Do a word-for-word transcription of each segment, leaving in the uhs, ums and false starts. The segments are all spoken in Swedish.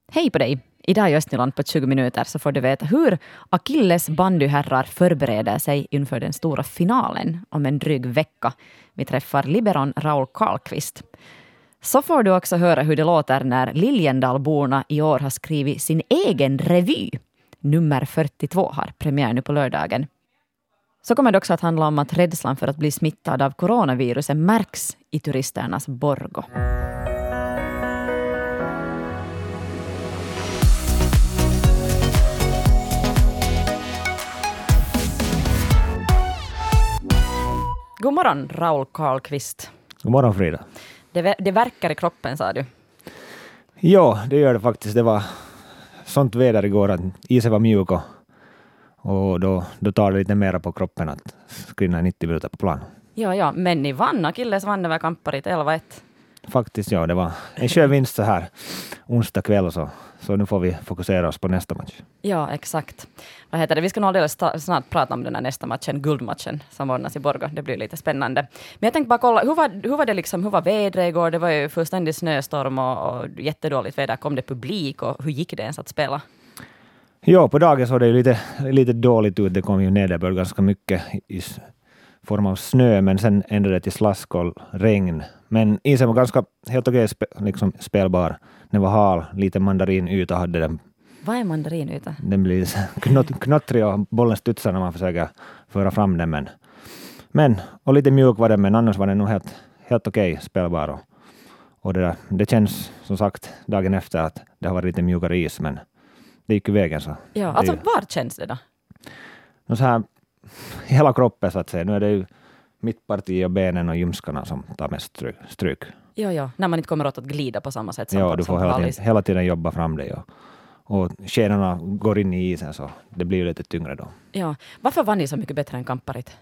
Hej på dig! Idag i Östnyland på tjugo minuter så får du veta hur Akilles bandyherrar förbereder sig inför den stora finalen om en dryg vecka. Vi träffar liberon Raul Karlqvist. Så får du också höra hur det låter när Liljendalborna i år har skrivit sin egen revy. Nummer fyrtiotvå har premiär nu på lördagen. Så kommer det också att handla om att rädslan för att bli smittad av coronaviruset märks i turisternas Borgå. God morgon, Raul Karlqvist. God morgon, Frida. Det, det verkar i kroppen, sa du. Ja, det gör det faktiskt. Det var sånt väder igår att isen var mjuk och, och då, då tar det lite mera på kroppen att skrinna nittio minuter på plan. Ja, ja, men ni vann. Akilles vann över Kamparit elva ett. Faktiskt, ja. Det var en skön vinst så här onsdag kväll, så, så nu får vi fokusera oss på nästa match. Ja, exakt. Vad heter det? Vi ska nog alldeles snart prata om den här nästa matchen, guldmatchen som ordnas i Borgå. Det blir lite spännande. Men jag tänkte bara kolla, hur var, hur var det liksom, hur var vädret igår? Det var ju fullständig snöstorm och, och jättedåligt väder. Kom det publik och hur gick det ens att spela? Ja, på dagen såg det ju lite, lite dåligt ut. Det kom ju nederbörd ganska mycket i form av snö, men sen ändrade det till slask och regn. Men isen var ganska helt okej spe- liksom spelbar. Den var hal, lite mandarinyta hade den. Vad är mandarinyta? Den blir knott, knottrig och bollen studsar när man försöker föra fram den. Men, men och lite mjuk var den, men annars var den nog helt, helt okej spelbar. Och, och det, där, det känns som sagt dagen efter att det har varit lite mjukare is, men det gick ju vägen. Så ja, alltså var känns det då? Och så här, hela kroppen så att säga. Nu är det ju mittparti och benen och ljumskarna som tar mest stryk. stryk. Ja, ja, när man inte kommer åt att glida på samma sätt som ja, på, du får som hela på tiden, hela tiden jobba fram dig. Och, och skenorna går in i isen, så det blir ju lite tyngre då. Ja, varför var ni så mycket bättre än Kamparit?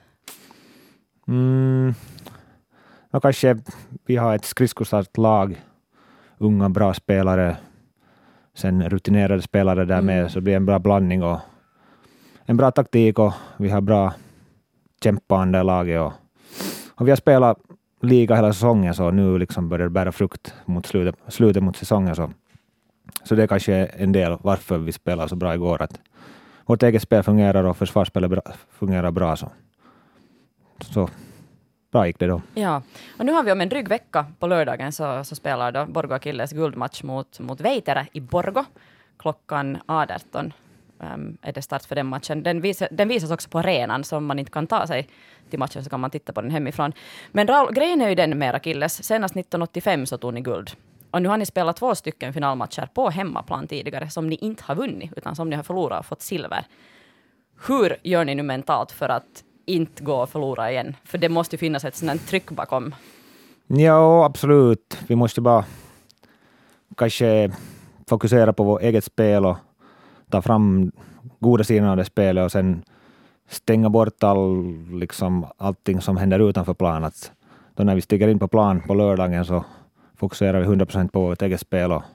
Mm, och kanske vi har ett skridskostarkt lag, unga bra spelare, sen rutinerade spelare där med, mm. så det blir en bra blandning och en bra taktik, och vi har bra kämpande laget, och, och vi har spelat liga hela säsongen, så nu liksom börjar det bära frukt mot slutet, slutet mot säsongen, så, så det är kanske en del varför vi spelar så bra igår, att vårt eget spel fungerar och försvarsspelet bra, fungerar bra, så så bra gick det då. Ja, och nu har vi om en dryg vecka på lördagen så, så spelar då Borgå Akilles guldmatch mot, mot Veitere i Borgå. Klockan arton um, är det start för den matchen. Den, vis, den visas också på arenan, så om man inte kan ta sig till matchen så kan man titta på den hemifrån. Men Raul, grejen är ju den med Akilles. Senast nittonhundraåttiofem så tog ni guld. Och nu har ni spelat två stycken finalmatcher på hemmaplan tidigare som ni inte har vunnit, utan som ni har förlorat och fått silver. Hur gör ni nu mentalt för att inte gå och förlora igen? För det måste ju finnas ett sådant tryck bakom. Ja, absolut. Vi måste bara kanske fokusera på vårt eget spel och ta fram goda sidor av det spelet och sen stänga bort all, liksom, allting som händer utanför planen. Då när vi stiger in på plan på lördagen så fokuserar vi hundra procent på vårt eget spel och,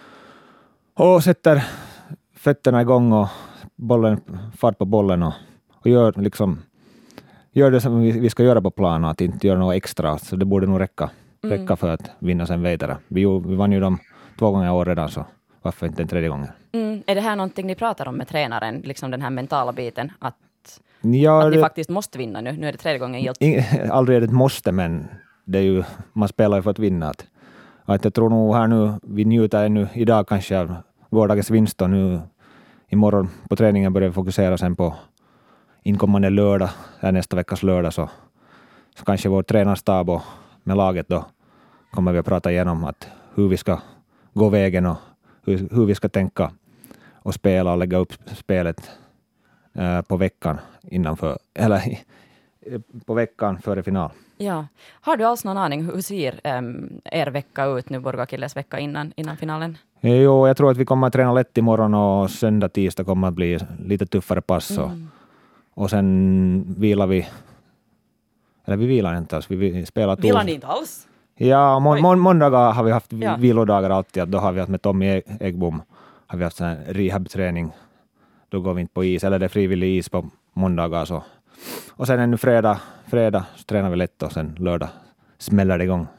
och sätter fötterna igång och bollen, fart på bollen och, och gör liksom gör det som vi, vi ska göra på planen, att inte göra något extra. Så det borde nog räcka, räcka mm. för att vinna sen Veitere. Vi, vi vann ju dem två gånger i år redan, så varför inte en tredje gången? Mm. Är det här någonting ni pratar om med tränaren, liksom den här mentala biten, att, ja, att ni det, faktiskt måste vinna nu? Nu är det tredje gången gilt. Aldrig är det ett måste, men det är ju, man spelar ju för att vinna. Att, att jag tror nog här nu, vi njuter ännu idag kanske av gårdagens vinst, och nu imorgon på träningen börjar vi fokusera sen på inkommande lördag, här nästa veckas lördag, så, så kanske vår tränarstab och med laget då kommer vi att prata igenom att hur vi ska gå vägen och hur, hur vi ska tänka och spela och lägga upp spelet eh, på veckan innanför, eller på veckan före final. Ja. Har du alls någon aning hur ser um, er vecka ut nu, Borgå Akilles vecka innan, innan finalen? Jo, jag tror att vi kommer att träna lätt imorgon och söndag, tisdag kommer att bli lite tuffare pass. Och, mm. och sen vilar vi, eller vi vilar inte alls, vi spelar tors. Vilar ni inte alls? Ja, må, må, måndagar har vi haft ja. vilodagar alltid, att då har vi haft med Tommy Egbom har vi haft sån rehabträning, då går vi inte på is, eller det är frivillig is på måndagar så. Och sen ännu fredag, fredag så tränar vi lätt och sen lördag smäller det igång.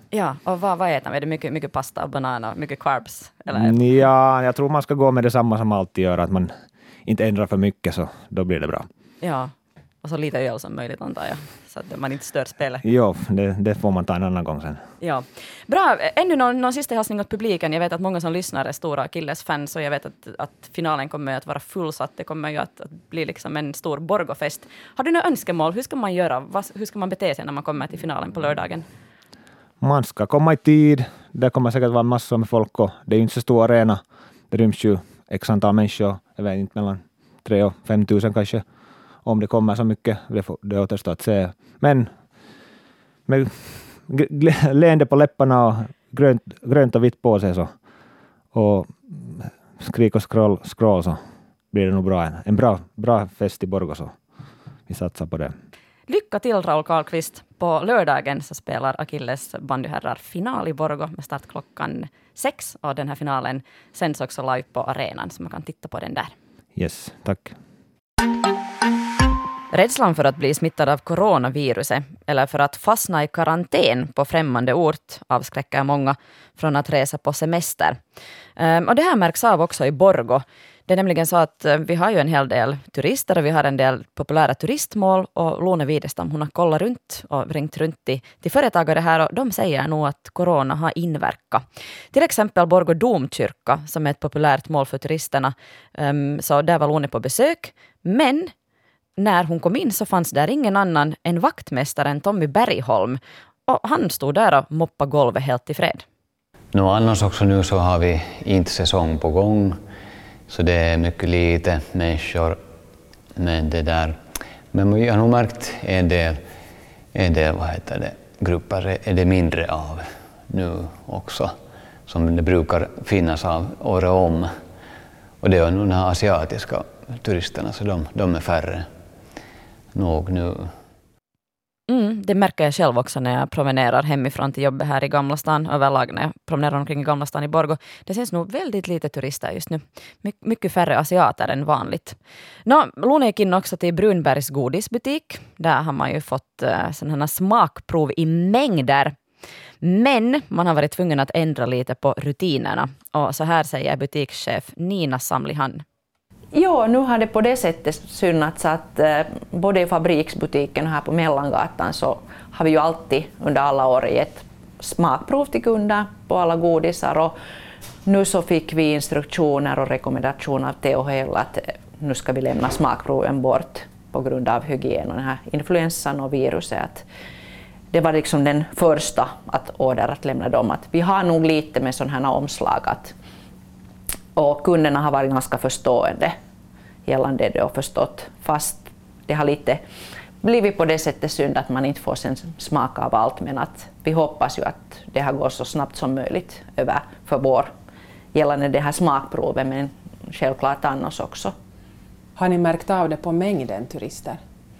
Ja, och vad, vad äter man? Är det mycket, mycket pasta och banan och mycket carbs? Eller? Ja, jag tror man ska gå med det samma som alltid gör, att man inte ändrar för mycket, så då blir det bra. Ja, och så lite öl som möjligt antar jag, så att man inte stör spelet. Jo, det, det får man ta en annan gång sen. Ja. Bra, ännu någon, någon sista hälsning åt publiken. Jag vet att många som lyssnar är stora Achilles-fans, och jag vet att, att finalen kommer att vara fullsatt. Det kommer ju att, att bli liksom en stor Borgå-fest. Har du några önskemål? Hur ska man göra? Vad, hur ska man bete sig när man kommer till finalen på lördagen? Man ska komma i tid. Det kommer säkert vara massor med folk, och det är ju inte så stor arena. Det ryms ju x antal människor, jag vet inte, mellan tre och fem tusen kanske. Om det kommer så mycket, det, får, det återstår att se. Men med leende på läpparna och grönt, grönt och vitt på sig så, och skrik och scroll, scroll så blir det nog bra. En, en bra, bra fest i Borgå, så vi satsar på det. Lycka till, Raul Karlqvist. På lördagen så spelar Achilles bandyherrar final i Borgå med start klockan sex, och den här finalen sänds också live på arenan, så man kan titta på den där. Yes, tack. Rädslan för att bli smittad av coronaviruset eller för att fastna i karantän på främmande ort avskräcker många från att resa på semester. Um, och det här märks av också i Borgå. Det är nämligen så att uh, vi har ju en hel del turister och vi har en del populära turistmål, och Lone Widestam, hon har kollat runt och ringt runt till, till företagare här, och de säger nog att corona har inverkat. Till exempel Borgå domkyrka, som är ett populärt mål för turisterna. Um, så där var Lone på besök, men när hon kom in så fanns där ingen annan än vaktmästaren Tommy Bergholm, och han stod där och moppade golvet helt i fred. Nu annars också nu så har vi inte säsong på gång, så det är mycket lite människor med det där. Men vi har nog märkt en del, en del vad heter det, grupper är det mindre av nu också, som det brukar finnas av året om. Och det är nog de här asiatiska turisterna, så de, de är färre nog nu. Mm, det märker jag själv också när jag promenerar hemifrån till jobbet här i Gamla stan, överlag när jag promenerar omkring i Gamla stan i Borgå. Det syns nog väldigt lite turister just nu. My- mycket färre asiater än vanligt. Nå, Lone gick in också till Brunbergs godisbutik. Där har man ju fått uh, sådana smakprov i mängder. Men man har varit tvungen att ändra lite på rutinerna. Och så här säger butikschef Nina Samlihan. Ja, nu har det på det sättet synats att eh, både i fabriksbutiken och här på Mellangatan så har vi ju alltid under alla år gett smakprov till kunder på alla godisar, och nu så fick vi instruktioner och rekommendationer av T H L att nu ska vi lämna smakproven bort på grund av hygien och den här influensan och viruset. Att det var liksom den första att order att lämna dem. Att vi har nog lite med sådana här omslag att, och kunderna har varit ganska förstående gällande det och förstått, fast det har lite blivit på det sättet synd att man inte får sen smaka av allt, men att vi hoppas ju att det har gått så snabbt som möjligt över för vår gällande det här smakprovet, men självklart annars också. Har ni märkt av det på mängden turister?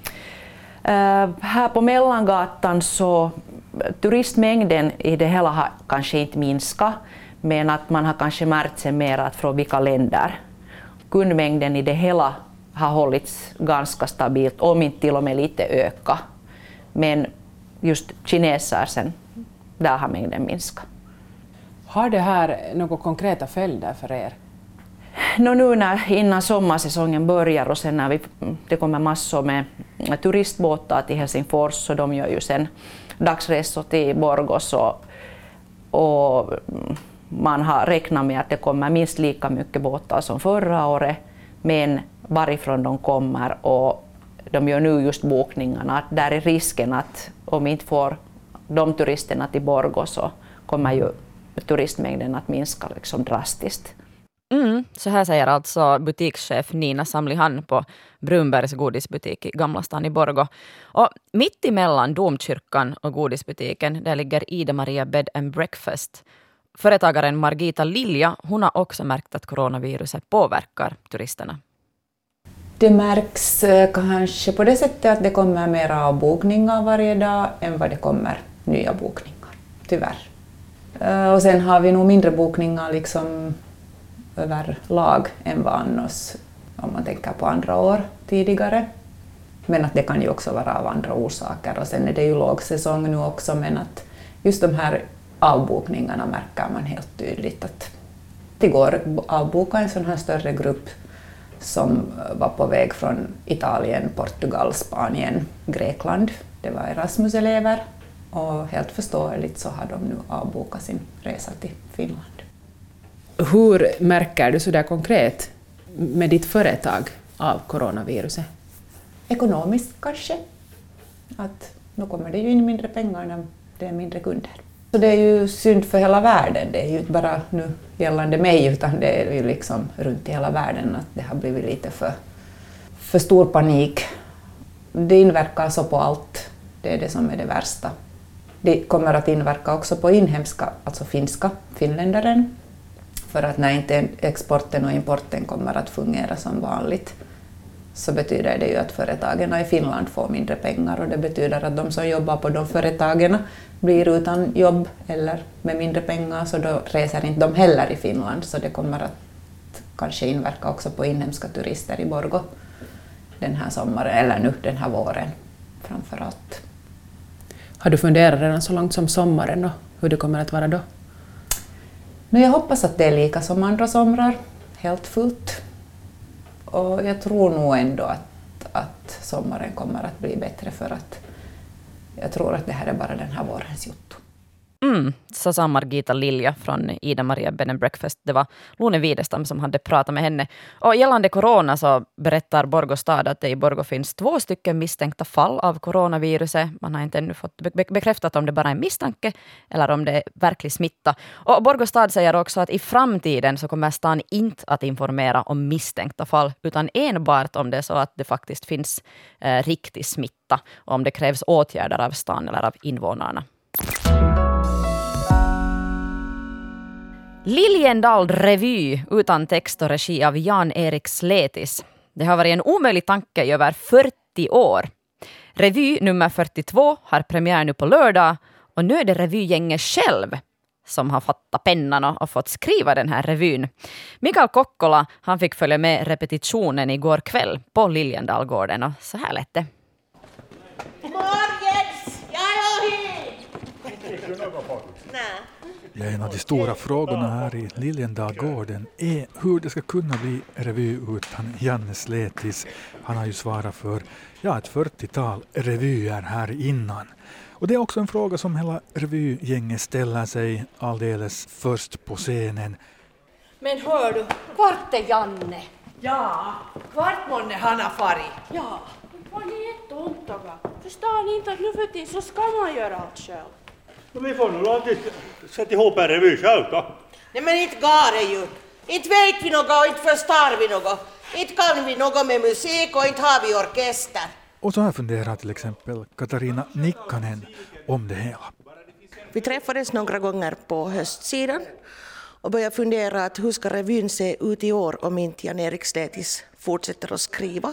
Uh, här på Mellangatan så turistmängden i det hela har kanske inte minskat, men att man har kanske märkt sig mer att från vilka länder. Kundmängden i det hela har hållits ganska stabilt, om inte till och med lite ökat. Men just kineser sen, där har mängden minskat. Har det här några konkreta följder för er? Nå, nu när, innan sommarsäsongen börjar och sen när vi, det kommer massor med turistbåtar till Helsingfors, så de gör ju sen dagsresor till Borgå, och, och man har räknat med att det kommer minst lika mycket båtar som förra året, men varifrån de kommer, och de gör nu just bokningarna, att där är risken att om vi inte får de turisterna till Borgå så kommer ju turistmängden att minska liksom drastiskt. Mm, så här säger alltså butikschef Nina Samlihan på Brunbergs godisbutik i Gamla stan i Borgå. Och mitt emellan domkyrkan och godisbutiken där ligger Ida Maria Bed and Breakfast. Företagaren Margita Lilja, hon har också märkt att coronaviruset påverkar turisterna. Det märks eh, kanske på det sättet att det kommer mera bokningar varje dag än vad det kommer nya bokningar, tyvärr. Eh, och sen har vi nog mindre bokningar liksom överlag än vad annars, om man tänker på andra år tidigare. Men att det kan ju också vara av andra orsaker, och sen är det ju lågsäsong nu också, men att just de här avbokningarna märker man helt tydligt att igår avbokade en sån här större grupp som var på väg från Italien, Portugal, Spanien, Grekland. Det var Erasmus-elever och helt förståeligt så har de nu avbokat sin resa till Finland. Hur märker du så där konkret med ditt företag av coronaviruset? Ekonomiskt kanske. Att nu kommer det ju in mindre pengar när det är mindre kunder. Så det är ju synd för hela världen. Det är ju inte bara nu gällande mig utan det är ju liksom runt i hela världen att det har blivit lite för, för stor panik. Det inverkar så på allt. Det är det som är det värsta. Det kommer att inverka också på inhemska, alltså finska, finländaren. För att när inte exporten och importen kommer att fungera som vanligt så betyder det ju att företagen i Finland får mindre pengar och det betyder att de som jobbar på de företagen blir utan jobb eller med mindre pengar så då reser inte de heller i Finland så det kommer att kanske inverka också på inhemska turister i Borgå den här sommaren eller nu den här våren framför allt. Har du funderat redan så långt som sommaren och hur det kommer att vara då? Nu jag hoppas att det är lika som andra somrar, helt fullt. Och jag tror nog ändå att, att sommaren kommer att bli bättre för att jag tror att det här är bara den här vårens jotto. Mm, så sa Margita Lilja från Ida Maria Bed and Breakfast. Det var Lone Widestam som hade pratat med henne. Och gällande corona så berättar Borgå stad att det i Borgå finns två stycken misstänkta fall av coronaviruset. Man har inte ännu fått be- bekräftat om det bara är en misstanke eller om det är verklig smitta. Och Borgå stad säger också att i framtiden så kommer stan inte att informera om misstänkta fall utan enbart om det är så att det faktiskt finns eh, riktig smitta och om det krävs åtgärder av stan eller av invånarna. Liljendal revy utan text och regi av Jan-Erik Sletis. Det har varit en omöjlig tanke i över fyrtio år. Revy nummer fyrtiotvå har premiär nu på lördag och nu är det revygänget själv som har fattat pennan och fått skriva den här revyn. Mikael Kokkola han fick följa med repetitionen igår kväll på Liljendalgården och så här lät det. Morgens! Jag är hit! Nej. Ja, en av de stora frågorna här i Liljendalgården är hur det ska kunna bli revy utan Janne Sletis. Han har ju svarat för ja, ett fyrtiotal revyer här innan. Och det är också en fråga som hela revygänget ställer sig alldeles först på scenen. Men hör du, vart är Janne? Ja, vart månne han har farit? Ja, var ni jätteontaga? Förstår ni inte att nu för tiden så ska man göra allt själv? Men vi får nog alltid sätta ihop en revy själv då. Nej men inte går det ju. Inte vet vi något och inte förstår vi något. Inte kan vi något med musik och inte har vi orkester. Och så här funderar till exempel Katarina Nikkanen om det hela. Vi träffades några gånger på höstsidan och började fundera att hur ska revyn se ut i år om inte Jan-Erik Sletis fortsätter att skriva.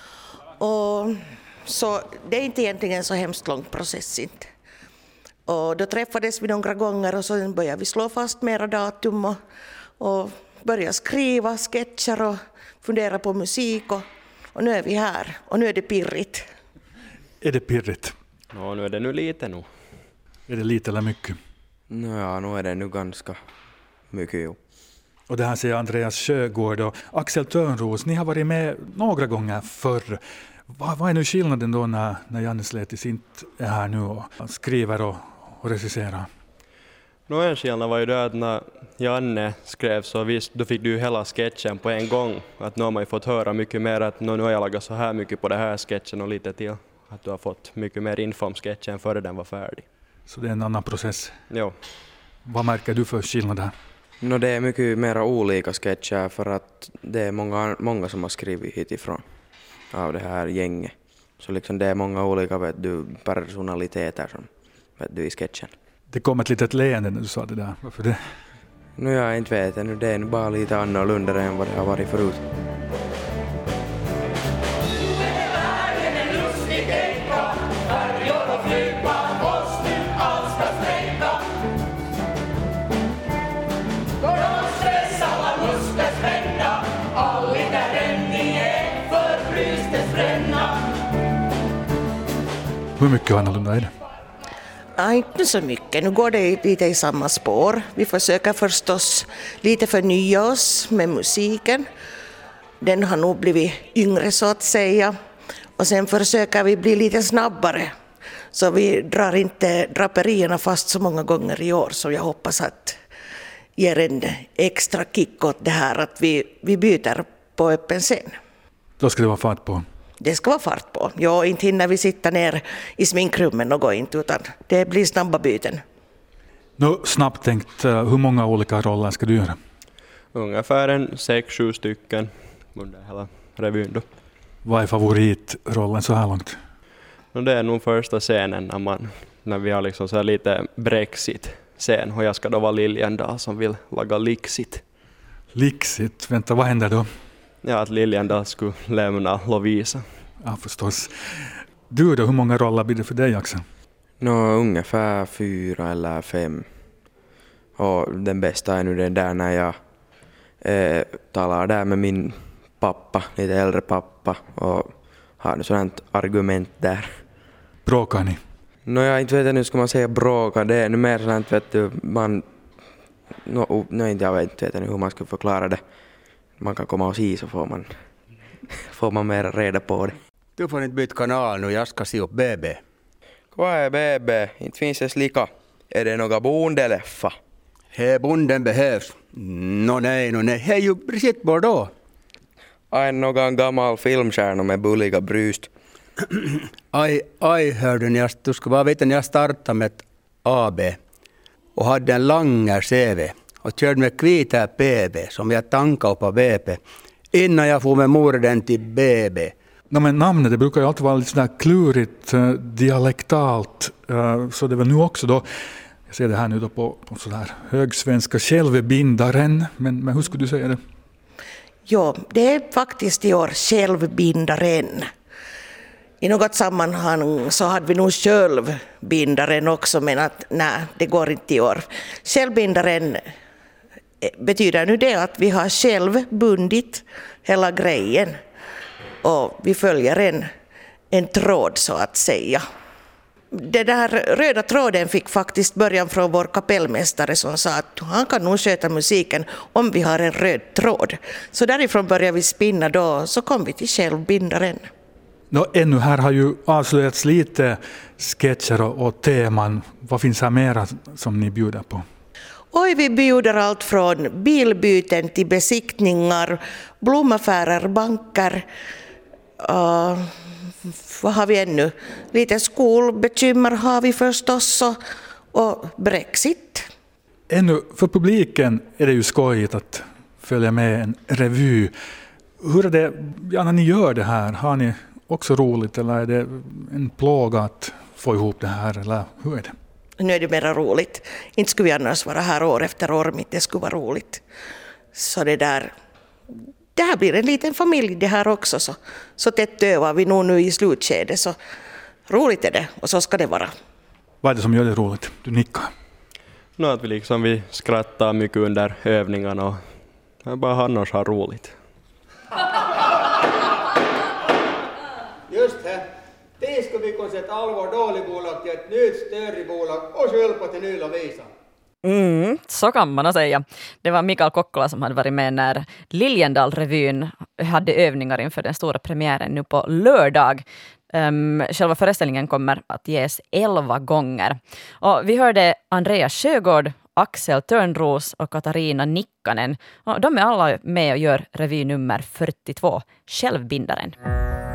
Och så det är inte egentligen så hemskt lång process inte. Och då träffades vi några gånger och så började vi slå fast mera datum och, och börja skriva sketcher och fundera på musik och, och nu är vi här och nu är det pirrigt. Är det pirrigt? Ja, nu är det nu lite nu. Är det lite eller mycket? Ja, nu är det nu ganska mycket ju. Och det här säger Andreas Sjögård och Axel Törnros. Ni har varit med några gånger förr. Vad, vad är nu skillnaden då när, när Janne Sletis inte är här nu och skriver och, och regisserar? Nå, en skillnad var ju det att när Janne skrev så visst, då fick du hela sketchen på en gång. Att nu har man ju fått höra mycket mer att nu har jag lagat så här mycket på det här sketchen och lite till. Att du har fått mycket mer info om sketchen före den var färdig. Så det är en annan process? Ja. Vad märker du för skillnader? No, det är mycket mer olika sketcher för att det är många, många som har skrivit hitifrån av det här gänget. Så liksom det är många olika vet du, personaliteter som vet du, i sketchen. Det kom ett litet leende när du sa det där. Varför det? Nu jag inte vet ännu, det är bara lite annorlunda än vad det har varit förut. Hur mycket annorlunda är det? Ja, inte så mycket. Nu går det lite i samma spår. Vi försöker förstås lite förnya oss med musiken. Den har nog blivit yngre så att säga. Och sen försöker vi bli lite snabbare. Så vi drar inte draperierna fast så många gånger i år. Så jag hoppas att ger en extra kick åt det här att vi, vi byter på öppen scen. Då ska det vara fart på. Det ska vara fart på. Ja, inte hinner vi sitta ner i sminkrummen och gå in, utan det blir snabba byten. Nu, snabbt tänkt, hur många olika roller ska du göra? Ungefär en sex, sju stycken under hela revyn då. Vad är favoritrollen så här långt? Och det är nog första scenen när, man, när vi har liksom så här lite Brexit-scen och jag ska då vara Liljendal som vill laga Lixit. Lixit? Vänta, vad händer då? Ja, att Liljendal skulle lämna Lovisa. Ja, förstås. Du då, hur många roller blir det för dig, Axel? Nå, ungefär fyra eller fem. Och den bästa är nu den där när jag eh, talar där med min pappa, lite äldre pappa, och har nu sådant argument där. Bråkar ni? Nå, jag inte vet jag nu ska man säga bråka, det är nu mer sådant, vet du, man... Nå, no, inte jag vet inte hur man ska förklara det. Man kan komma och se så får man, får man mer reda på det. Du får inte byta kanal nu, jag ska se upp B B. Vad är B B? Inte finns det lika. Är det några bondeleffa? Hej, bonden behövs. Nå nej, nå nej. Hej, ju precis Bordeaux. En någon gammal filmstjärna med bulliga bryst. Aj, aj, hörde ni, du ska bara veta när jag startade med ett A B och hade en lång C V och körde med kvita P B som jag tankade på B P innan jag får med morden till B B. No, men namnet det brukar ju alltid vara lite sådär klurigt, uh, dialektalt, uh, så det är väl nu också då, jag ser det här nu då på, på sådär högsvenska, självbindaren, men, men hur skulle du säga det? Jo, det är faktiskt i år självbindaren. I något sammanhang så hade vi nog självbindaren också, men att nej, det går inte i år. Självbindaren betyder nu det att vi har själv bundit hela grejen och vi följer en, en tråd så att säga. Den där röda tråden fick faktiskt början från vår kapellmästare som sa att han kan nog sköta musiken om vi har en röd tråd. Så därifrån började vi spinna då, så kom vi till självbindaren. No, ännu här har ju avslöjats lite sketcher och, och teman. Vad finns här mera som ni bjuder på? Oj, vi bjuder allt från bilbyten till besiktningar, blomaffärer, banker. Uh, vad har vi ännu? Lite skolbekymmer har vi förstås och, och Brexit. Ännu för publiken är det ju skojigt att följa med en revy. Hur är det, ja, när ni gör det här? Har ni också roligt eller är det en plåga att få ihop det här? Eller hur är det? Nu är det mera roligt. Inte skulle vi annars vara här år efter år om det skulle vara roligt. Så det där, det här blir en liten familj det här också. Så, så tätt övar vi nog nu i slutskedet. Så roligt är det och så ska det vara. Vad är det som gör det roligt? Du nickar. No, att vi liksom vi skrattar mycket under övningarna och bara annars har roligt. Just det. Det ska vi kunna sätta allvar dålig bolag till ett nytt större bolag och hjälpa till ny Lovisa. Mm, så kan man säga. Det var Mikael Kokkola som hade varit med när Liljendal-revyn hade övningar inför den stora premiären nu på lördag. Um, själva föreställningen kommer att ges elva gånger. Och vi hörde Andreas Sjögård, Axel Törnros och Katarina Nikkanen. Och de är alla med och gör revynummer fyrtiotvå, Självbindaren.